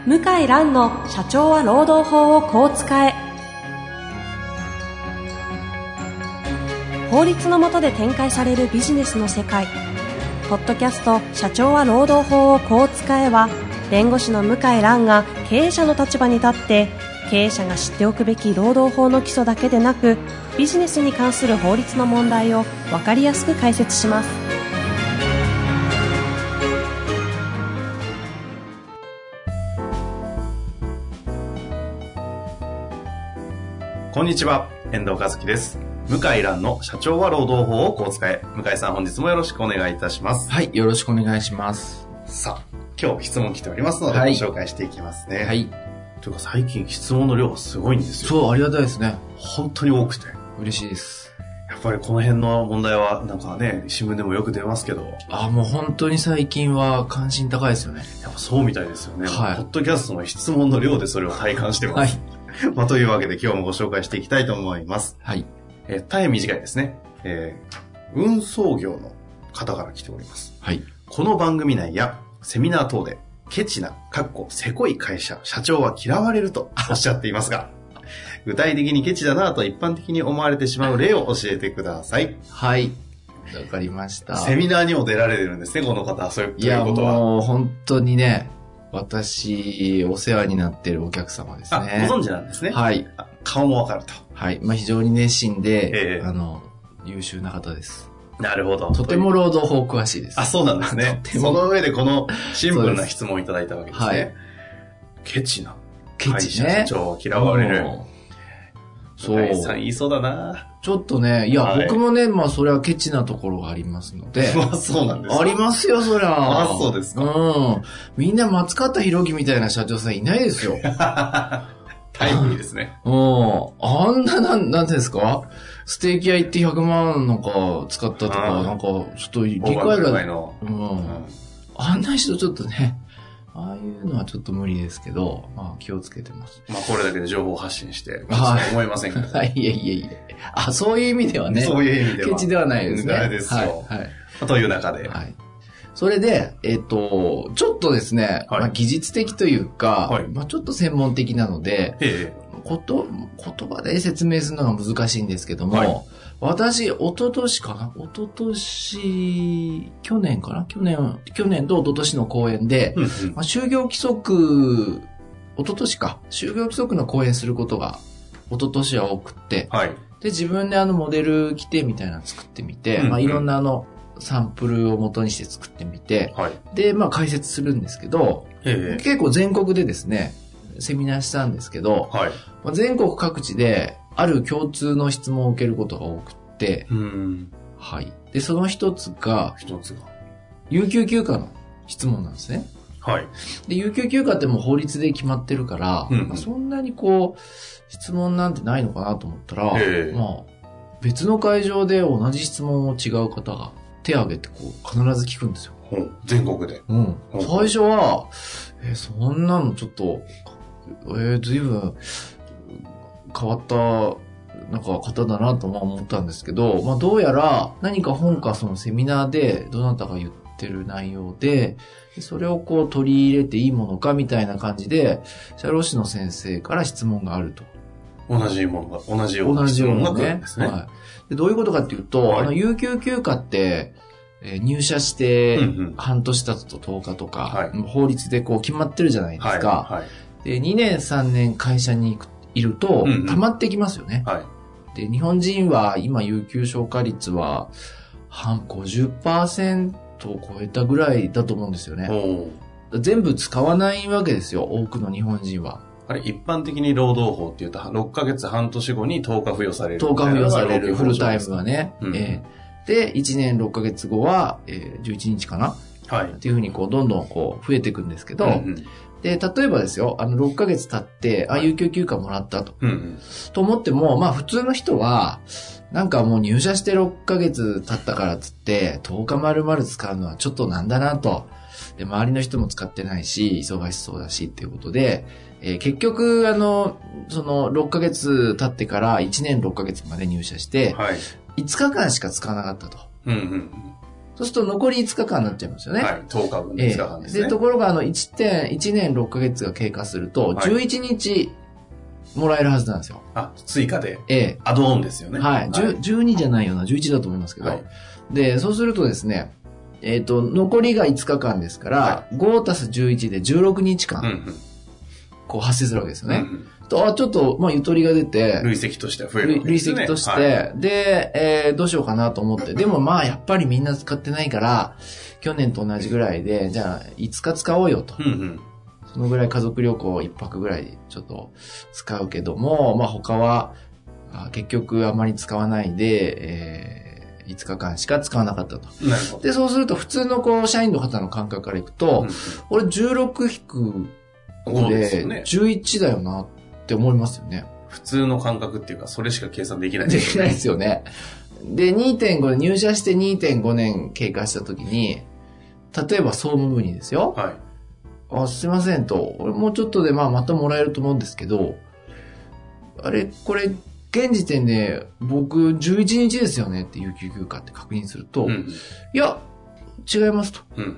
向井蘭の社長は労働法をこう使え。法律の下で展開されるビジネスの世界。ポッドキャスト社長は労働法をこう使えは、弁護士の向井蘭が経営者の立場に立って経営者が知っておくべき労働法の基礎だけでなく、ビジネスに関する法律の問題を分かりやすく解説します。 こんにちは、遠藤和樹です。向井蘭の社長は労働法をこう使え。向井さん、本日もよろしくお願いいたします。 はい、よろしくお願いします。 さあ、今日質問来ておりますので、ご紹介していきますね。 はい。 というか最近質問の量がすごいんですよ。 そう、ありがたいですね。 本当に多くて。 嬉しいです。 やっぱりこの辺の問題はなんかね、新聞でもよく出ますけど。 もう本当に最近は関心高いですよね。 やっぱそうみたいですよね。 はい。 ポッドキャストの質問の量でそれを体感してます。はい。というわけで今日もご紹介していきたいと思います。 はい。 大変短いですね。運送業の方から来ております。 はい。 この番組内やセミナー等でケチな、せこい会社、社長は嫌われるとおっしゃっていますが、具体的にケチだなと一般的に思われてしまう例を教えてください。 はい。わかりました。 セミナーにも出られてるんですね、この方。そういうことは。いや、 もう本当にね、私、お世話になっているお客様ですね。 ご存知なんですね。 はい。 顔もわかると。 はい。非常に熱心で、優秀な方です。 なるほど。 とても労働法詳しいです。 そうなんですね。その上でこのシンプルな質問をいただいたわけですね。はい。ケチな。 ケチね。社長は嫌われる。 そう。 さん言いそうだな。 ちょっとね、いや、はい、僕もね、それはケチなところがありますので。 そうなんですか。 ありますよ、そりゃ。 そうですか。 みんな松方弘樹みたいな社長さんいないですよ。 タイムリーですね。 あんな、なんていうんですか、ステーキ屋行って100万なんか使ったとか、なんか、ちょっと理解が、あんな人ちょっとね、ああいうのはちょっと無理ですけど、気をつけてます。 これだけで情報発信して、思いませんけど。 いや。そういう意味ではね。 そういう意味では。 ケチではないですね。 あれですよ。はい。という中で。 はい。それで、ちょっとですね、技術的というか、ちょっと専門的なので、言葉で説明するのが難しいんですけども、私、去年と一昨年の講演で、就業規則、就業規則の講演することが一昨年は多くって、で、自分でモデル規定みたいなの作ってみて、いろんなサンプルを元にして作ってみて、で、解説するんですけど、結構全国でですね、セミナーしたんですけど、全国各地である共通の質問を受けることが多くて、で、その一つが、有給休暇の質問なんですね。で、有給休暇ってもう法律で決まってるから、そんなに質問なんてないのかなと思ったら、別の会場で同じ質問を違う方が手を挙げて必ず聞くんですよ。 全国で。 最初は、そんなのちょっと、随分変わった方だなと思ったんですけど、どうやら何か本かそのセミナーでどなたが言ってる内容で、それを取り入れていいものかみたいな感じで、社労士の先生から質問があると。 同じような質問が来るんですね。 でどういうことかっていうと、有給休暇って、入社して半年経つと10日とか、法律で決まってるじゃないですか。で、2年3年会社にいると溜まってきますよね。で、日本人は今有給消化率は50% を超えたぐらいだと思うんですよね。全部使わないわけですよ、多くの日本人は。 一般的に労働法っていうと6ヶ月半年後に10日付与される。 10日付与されるフルタイムはね。で、1年6ヶ月後は、11日かなっていうふうにどんどん増えていくんですけど、で、例えばですよ、6ヶ月経って、有給休暇もらったと。と思っても、普通の人は、なんかもう入社して6ヶ月経ったからっつって、10日丸々使うのはちょっとなんだなと。で、周りの人も使ってないし、忙しそうだしっていうことで、結局、その6ヶ月経ってから1年6ヶ月まで入社して、5日間しか使わなかったと。 そうすると残り5日間になっちゃいますよね。 はい。10日分の5日間ですね。 で、ところが1年6ヶ月が経過すると、11日もらえるはずなんですよ。 追加で。アドオンですよね。 はい。12じゃないよな、11だと思いますけど。はい、で、そうするとですね、残りが5日間ですから、はい、5たす11で16日間、こう発生するわけですよね。ちょっと、ゆとりが出て、 累積としては増えるわけですね。 累積として、はい、で、どうしようかなと思って、でもやっぱりみんな使ってないから、去年と同じぐらいで、じゃあ、5日使おうよと。そのぐらい家族旅行1泊ぐらいちょっと使うけども、他は、結局あまり使わないで、5日間しか使わなかったと。 なるほど。 で、そうすると普通の社員の方の感覚からいくと、俺16引くで11だよなって思いますよね。 普通の感覚っていうか、それしか計算できない。 できないですよね。で、2.5 入社して 2.5 年経過した時に、例えば総務部にですよ。はい。すいませんと、俺もうちょっとでまたもらえると思うんですけど、これ、現時点で僕11日ですよねって有給休暇って確認すると、いや、違いますと。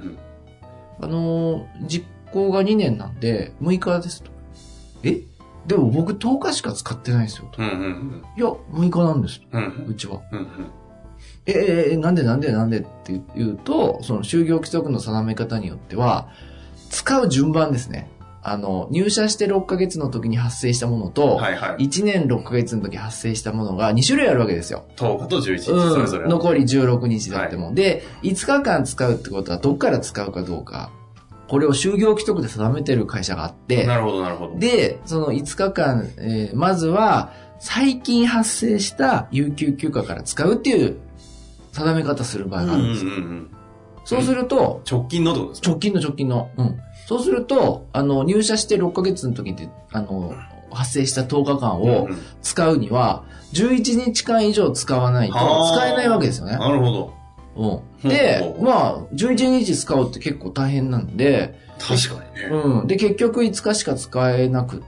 実行が2年なんで6日ですと。でも僕10日しか使ってないですよと。いや、6日なんですと。うちは。なんでって言うと、その就業規則の定め方によっては、使う順番ですね。入社して6ヶ月の時に発生したものと、1年6ヶ月の時発生したものが2種類あるわけですよ。 10日と11日、それぞれ。 残り16日だっても。で、5日間使うってことはどっから使うかどうか。これを就業規則で定めてる会社があって。 なるほど、なるほど。 で、その5日間、まずは、最近発生した有給休暇から使うっていう定め方する場合があるんですよ。そうすると、 直近のってことですか？ 直近の。そうすると、入社して6ヶ月の時に、発生した10日間を使うには、11日間以上使わないと使えないわけですよね。 なるほど。 で、11日使うって結構大変なんで、 確かにね。 で、結局5日しか使えなくって、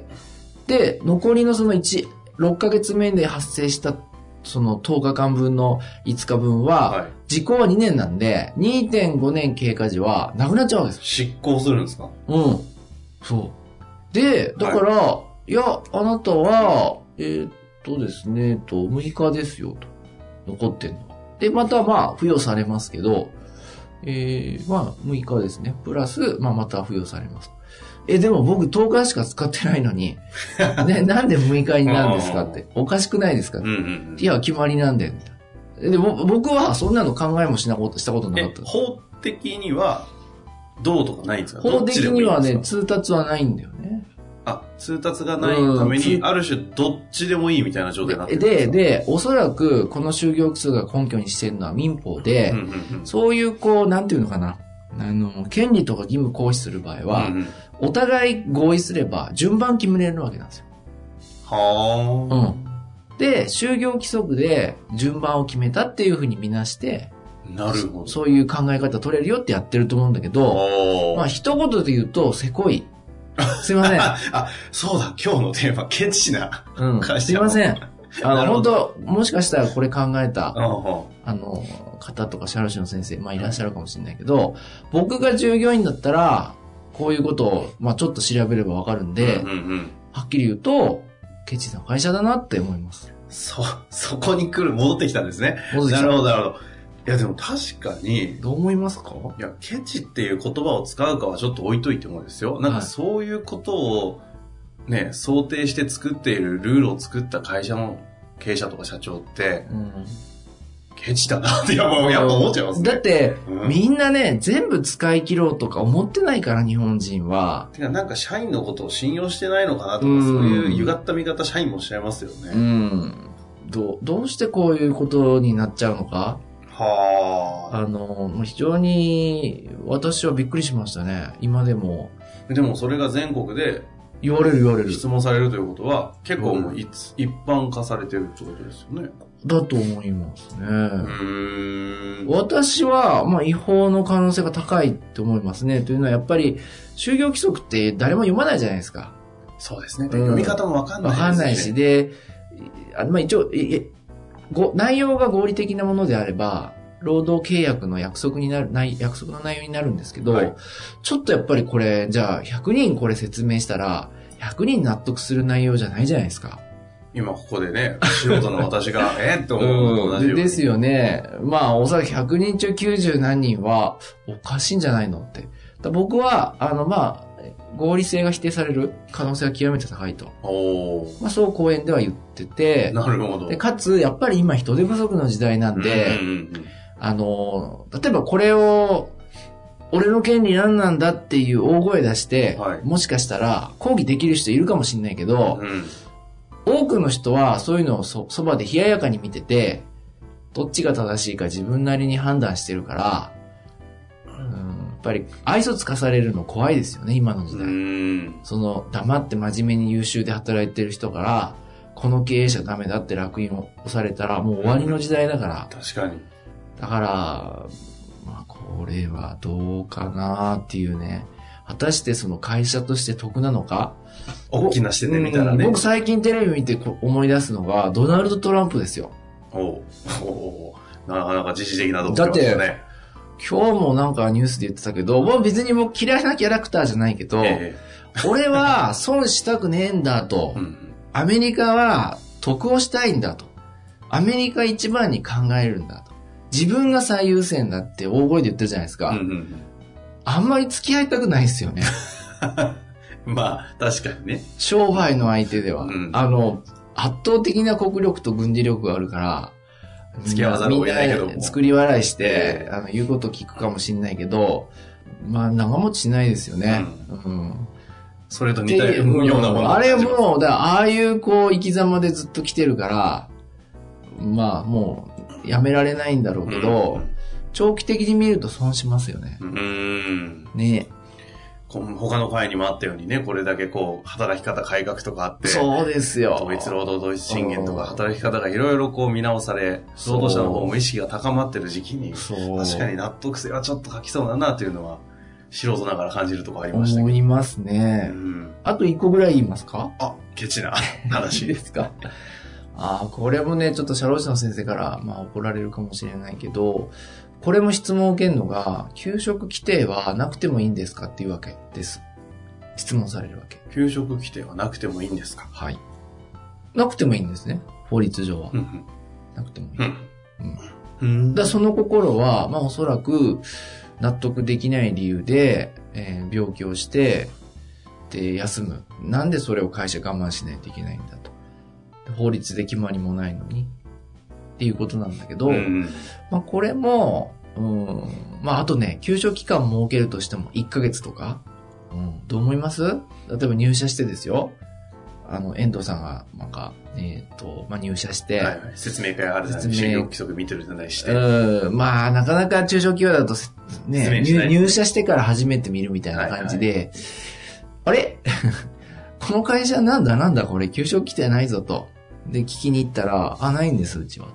で、残りのその6ヶ月目で発生したその10日間分の5日分は、時効は2年なんで、2.5 年経過時はなくなっちゃうわけですよ。執行するんですか？ そう。で、だから、いや、あなたは、ですね、6日ですよ、と。残ってんのは。で、また付与されますけど、6日ですね。プラス、また付与されます。でも僕10日しか使ってないのに、ね、なんで6日になるんですかって。おかしくないですかって。いや、決まりなんで。で、僕はそんなの考えもしたことなかった。 法的には、どうとかないんですか？ 法的にはね、通達はないんだよね。 通達がないために、ある種どっちでもいいみたいな状態になってるんですか？ で、おそらく、この就業規則が根拠にしてるのは民法で、そういうなんていうのかな。権利とか義務行使する場合は、お互い合意すれば順番決めれるわけなんですよ。で、就業規則で順番を決めたっていうふうに見なして、 なるほど。 そういう考え方取れるよってやってると思うんだけど、一言で言うと、せこい。すいません。 そうだ、今日のテーマ、ケチな会社。 すいません。本当もしかしたらこれ考えた、方とか社労士の先生、いらっしゃるかもしれないけど、僕が従業員だったら、こういうことを、ちょっと調べればわかるんで、はっきり言うと、ケチな会社だなって思います。 そこに戻ってきたんですね。なるほど、なるほど。いや、でも確かに。 どう思いますか？ いや、ケチっていう言葉を使うかはちょっと置いといてもですよ。なんかそういうことをね、想定して作っているルールを作った会社の経営者とか社長って、ケチだなってやっぱ思っちゃいますね。 だって、みんなね、全部使い切ろうとか思ってないから、日本人は。 てか、なんか社員のことを信用してないのかなとか、そういう歪った見方、社員もしちゃいますよね。 どうしてこういうことになっちゃうのか。非常に私はびっくりしましたね。今でも。 でもそれが全国で言われる。 質問されるということは、結構もう一般化されてるってことですよね。 だと思いますね。私は、違法の可能性が高いと思いますね。というのはやっぱり、就業規則って誰も読まないじゃないですか。 そうですね。読み方もわかんないですね。 わかんないし、で、一応、内容が合理的なものであれば、 労働契約の約束の内容になるんですけど、はい、ちょっとやっぱりこれ、じゃあ100人これ説明したら、100人納得する内容じゃないじゃないですか。 今ここでね、素人の私が、って思うのと同じように。 ですよね。まあ、おそらく100人中90何人は、おかしいんじゃないのって。僕は、合理性が否定される可能性が極めて高いと。そう講演では言ってて。 なるほど。 で、かつ、やっぱり今人手不足の時代なんで、例えばこれを、俺の権利何なんだっていう大声出して、はい、もしかしたら抗議できる人いるかもしれないけど、多くの人はそういうのをそばで冷ややかに見てて、どっちが正しいか自分なりに判断してるから、やっぱり愛想つかされるの怖いですよね、今の時代。黙って真面目に優秀で働いてる人から、この経営者ダメだって烙印を押されたらもう終わりの時代だから。 確かに。 だから、これはどうかなっていうね。果たしてその会社として得なのか。 大きな視点で見たらね。 僕最近テレビ見て思い出すのが、ドナルド・トランプですよ。 なかなか自主的な動きですね。 だって、今日もなんかニュースで言ってたけど、別に僕嫌いなキャラクターじゃないけど、俺は損したくねえんだと、アメリカは得をしたいんだと、アメリカ一番に考えるんだと、自分が最優先だって大声で言ってるじゃないですか。あんまり付き合いたくないですよね。 まあ、確かにね。 商売の相手では。圧倒的な国力と軍事力があるから、 付き合わざるを得ないけども。 みんな作り笑いして、言うこと聞くかもしれないけど、長持ちしないですよね。 それと似たようなもの。 あれもう、ああいう生き様でずっと来てるから、もう、やめられないんだろうけど、長期的に見ると損しますよね。ね。 他の会にもあったようにね、これだけ働き方改革とかあって。 そうですよ。 統一労働同一賃金とか働き方がいろいろ見直され、労働者の方も意識が高まってる時期に、確かに納得性はちょっと欠きそうだなというのは、素人ながら感じるところありましたけど。 思いますね。あと1個ぐらい言いますか？ ケチな話。 ですか。これもね、ちょっと社労士の先生から、怒られるかもしれないけど、これも質問を受けるのが、給食規定はなくてもいいんですかっていうわけです。質問されるわけ。 給食規定はなくてもいいんですか？ はい。なくてもいいんですね。法律上は。なくてもいい。だその心は、おそらく納得できない理由で、病気をして、で、休む。なんでそれを会社我慢しないといけないんだと。法律で決まりもないのに。っていうことなんだけど、これも、あとね、休職期間設けるとしても1ヶ月とか、どう思います？例えば入社してですよ。遠藤さんが、入社して、 説明会があるじゃないですか。就業規則見てるじゃないして。 なかなか中小企業だと、ね、入社してから初めて見るみたいな感じで、あれこの会社なんだこれ、休職規定ないぞと。で、聞きに行ったら、ないんです、うちは。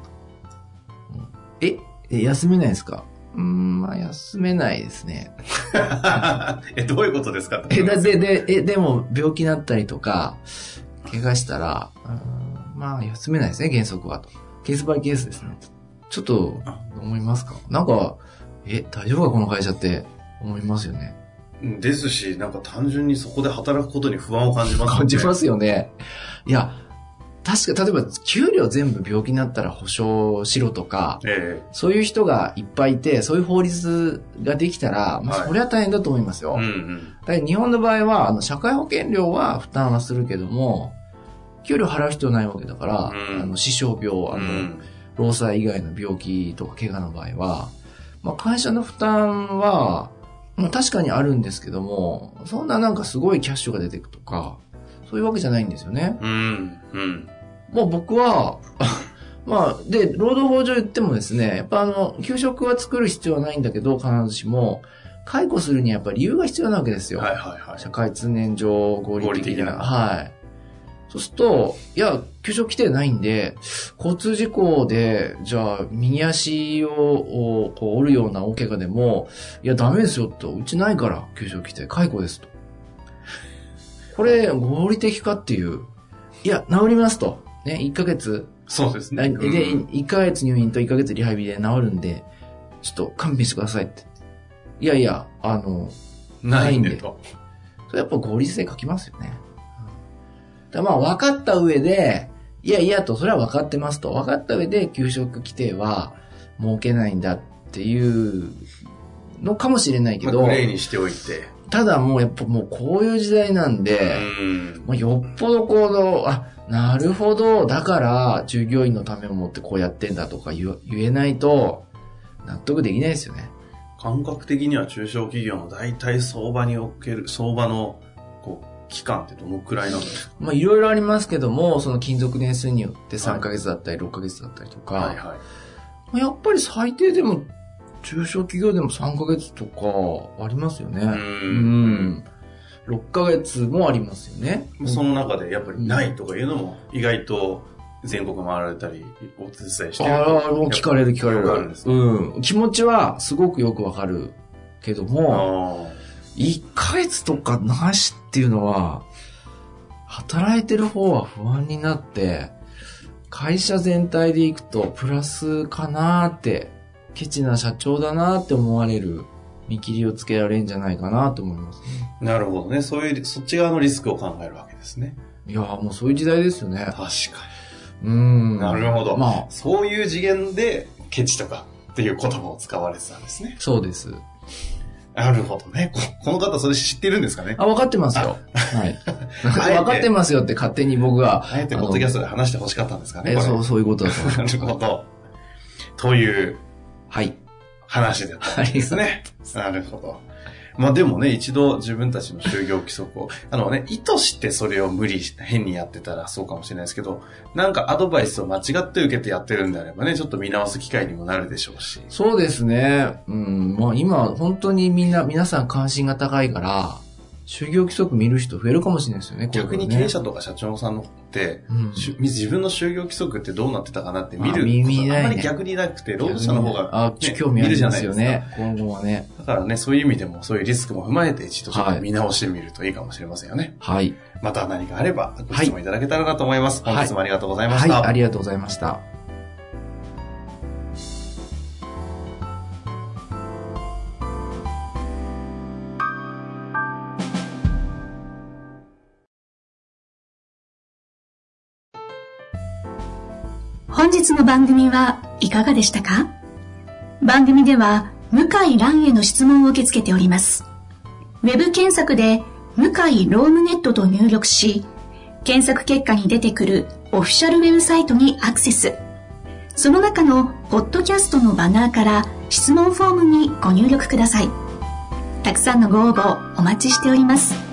休めないですか？休めないですね。 どういうことですか？ でも、病気になったりとか、怪我したら、休めないですね、原則はと。ケースバイケースですね。ちょっと、思いますか？なんか、大丈夫かこの会社って思いますよね。 ですし、なんか単純にそこで働くことに不安を感じますよね。 感じますよね。いや、確か、例えば、給料全部病気になったら保証しろとか、そういう人がいっぱいいて、そういう法律ができたら、それは大変だと思いますよ。だから日本の場合は、社会保険料は負担はするけども、給料払う必要ないわけだから、死傷病、労災以外の病気とか怪我の場合は、会社の負担は、確かにあるんですけども、そんななんかすごいキャッシュが出てくとか、そういうわけじゃないんですよね。僕は、で、労働法上言ってもですね、やっぱ給食は作る必要はないんだけど、必ずしも、解雇するにはやっぱり理由が必要なわけですよ。社会通念上合理的な。そうすると、給食規定ないんで、交通事故で、じゃあ、右足を折るような大怪我でも、ダメですよと、うちないから、給食規定、解雇ですと。これ、合理的かっていう。治りますと。ね、1ヶ月。 そうですね。 で、1ヶ月入院と1ヶ月リハビリで治るんで、 ちょっと勘弁してくださいって。いやいや、 ないんでと。 それやっぱ合理性書きますよね。だまあ分かった上で、いやいやと、それは分かってますと。分かった上で給食規定は設けないんだっていうのかもしれないけど。 グレーにしておいて。 ただもうやっぱもうこういう時代なんで、もうよっぽどなるほど、だから従業員のためを思ってこうやってんだとか言えないと納得できないですよね。 感覚的には中小企業の大体相場における、相場の期間ってどのくらいなんですか？ まあいろいろありますけども、その勤続年数によって3ヶ月だったり6ヶ月だったりとか、はいはい、やっぱり最低でも中小企業でも3ヶ月とかありますよね。6ヶ月もありますよね。 その中でやっぱりないとかいうのも意外と全国回られたりお手伝いしてると。 聞かれる。気持ちはすごくよくわかるけども、1ヶ月とかなしっていうのは、働いてる方は不安になって、会社全体で行くとプラスかなーって、ケチな社長だなーって思われる見切りをつけられるんじゃないかなと思いますね。 なるほどね。そっち側のリスクを考えるわけですね。 いやーもうそういう時代ですよね。 確かに。なるほど。まあ、そういう次元でケチとかっていう言葉を使われてたんですね。 そうです。 なるほどね。この方それ知ってるんですかね？ 分かってますよ。はい。分かってますよって勝手に僕が。 あえてポッドキャストで話してほしかったんですかね？ そういうことだと思います。 なるほど。という、 はい。 話だったんですね。なるほど。まあでもね、一度自分たちの就業規則を、意図してそれを変にやってたらそうかもしれないですけど、なんかアドバイスを間違って受けてやってるんであればね、ちょっと見直す機会にもなるでしょうし。 そうですね。まあ今、本当に皆さん関心が高いから、就業規則見る人増えるかもしれないですよね。 逆に経営者とか社長さんのって、自分の就業規則ってどうなってたかなって見ることあんまり逆になくて、労働者の方が、 興味あるじゃないですか。今後はね。 だからね、そういう意味でも、そういうリスクも踏まえて一度ちょっと見直してみるといいかもしれませんよね。 はい。 また何かあればご質問いただけたらなと思います。本日もありがとうございました。 はい、ありがとうございました。 本日の番組はいかがでしたか？番組では向井蘭への質問を受け付けております。ウェブ検索で向井ロームネットと入力し、検索結果に出てくるオフィシャルウェブサイトにアクセス。その中のポッドキャストのバナーから質問フォームにご入力ください。たくさんのご応募お待ちしております。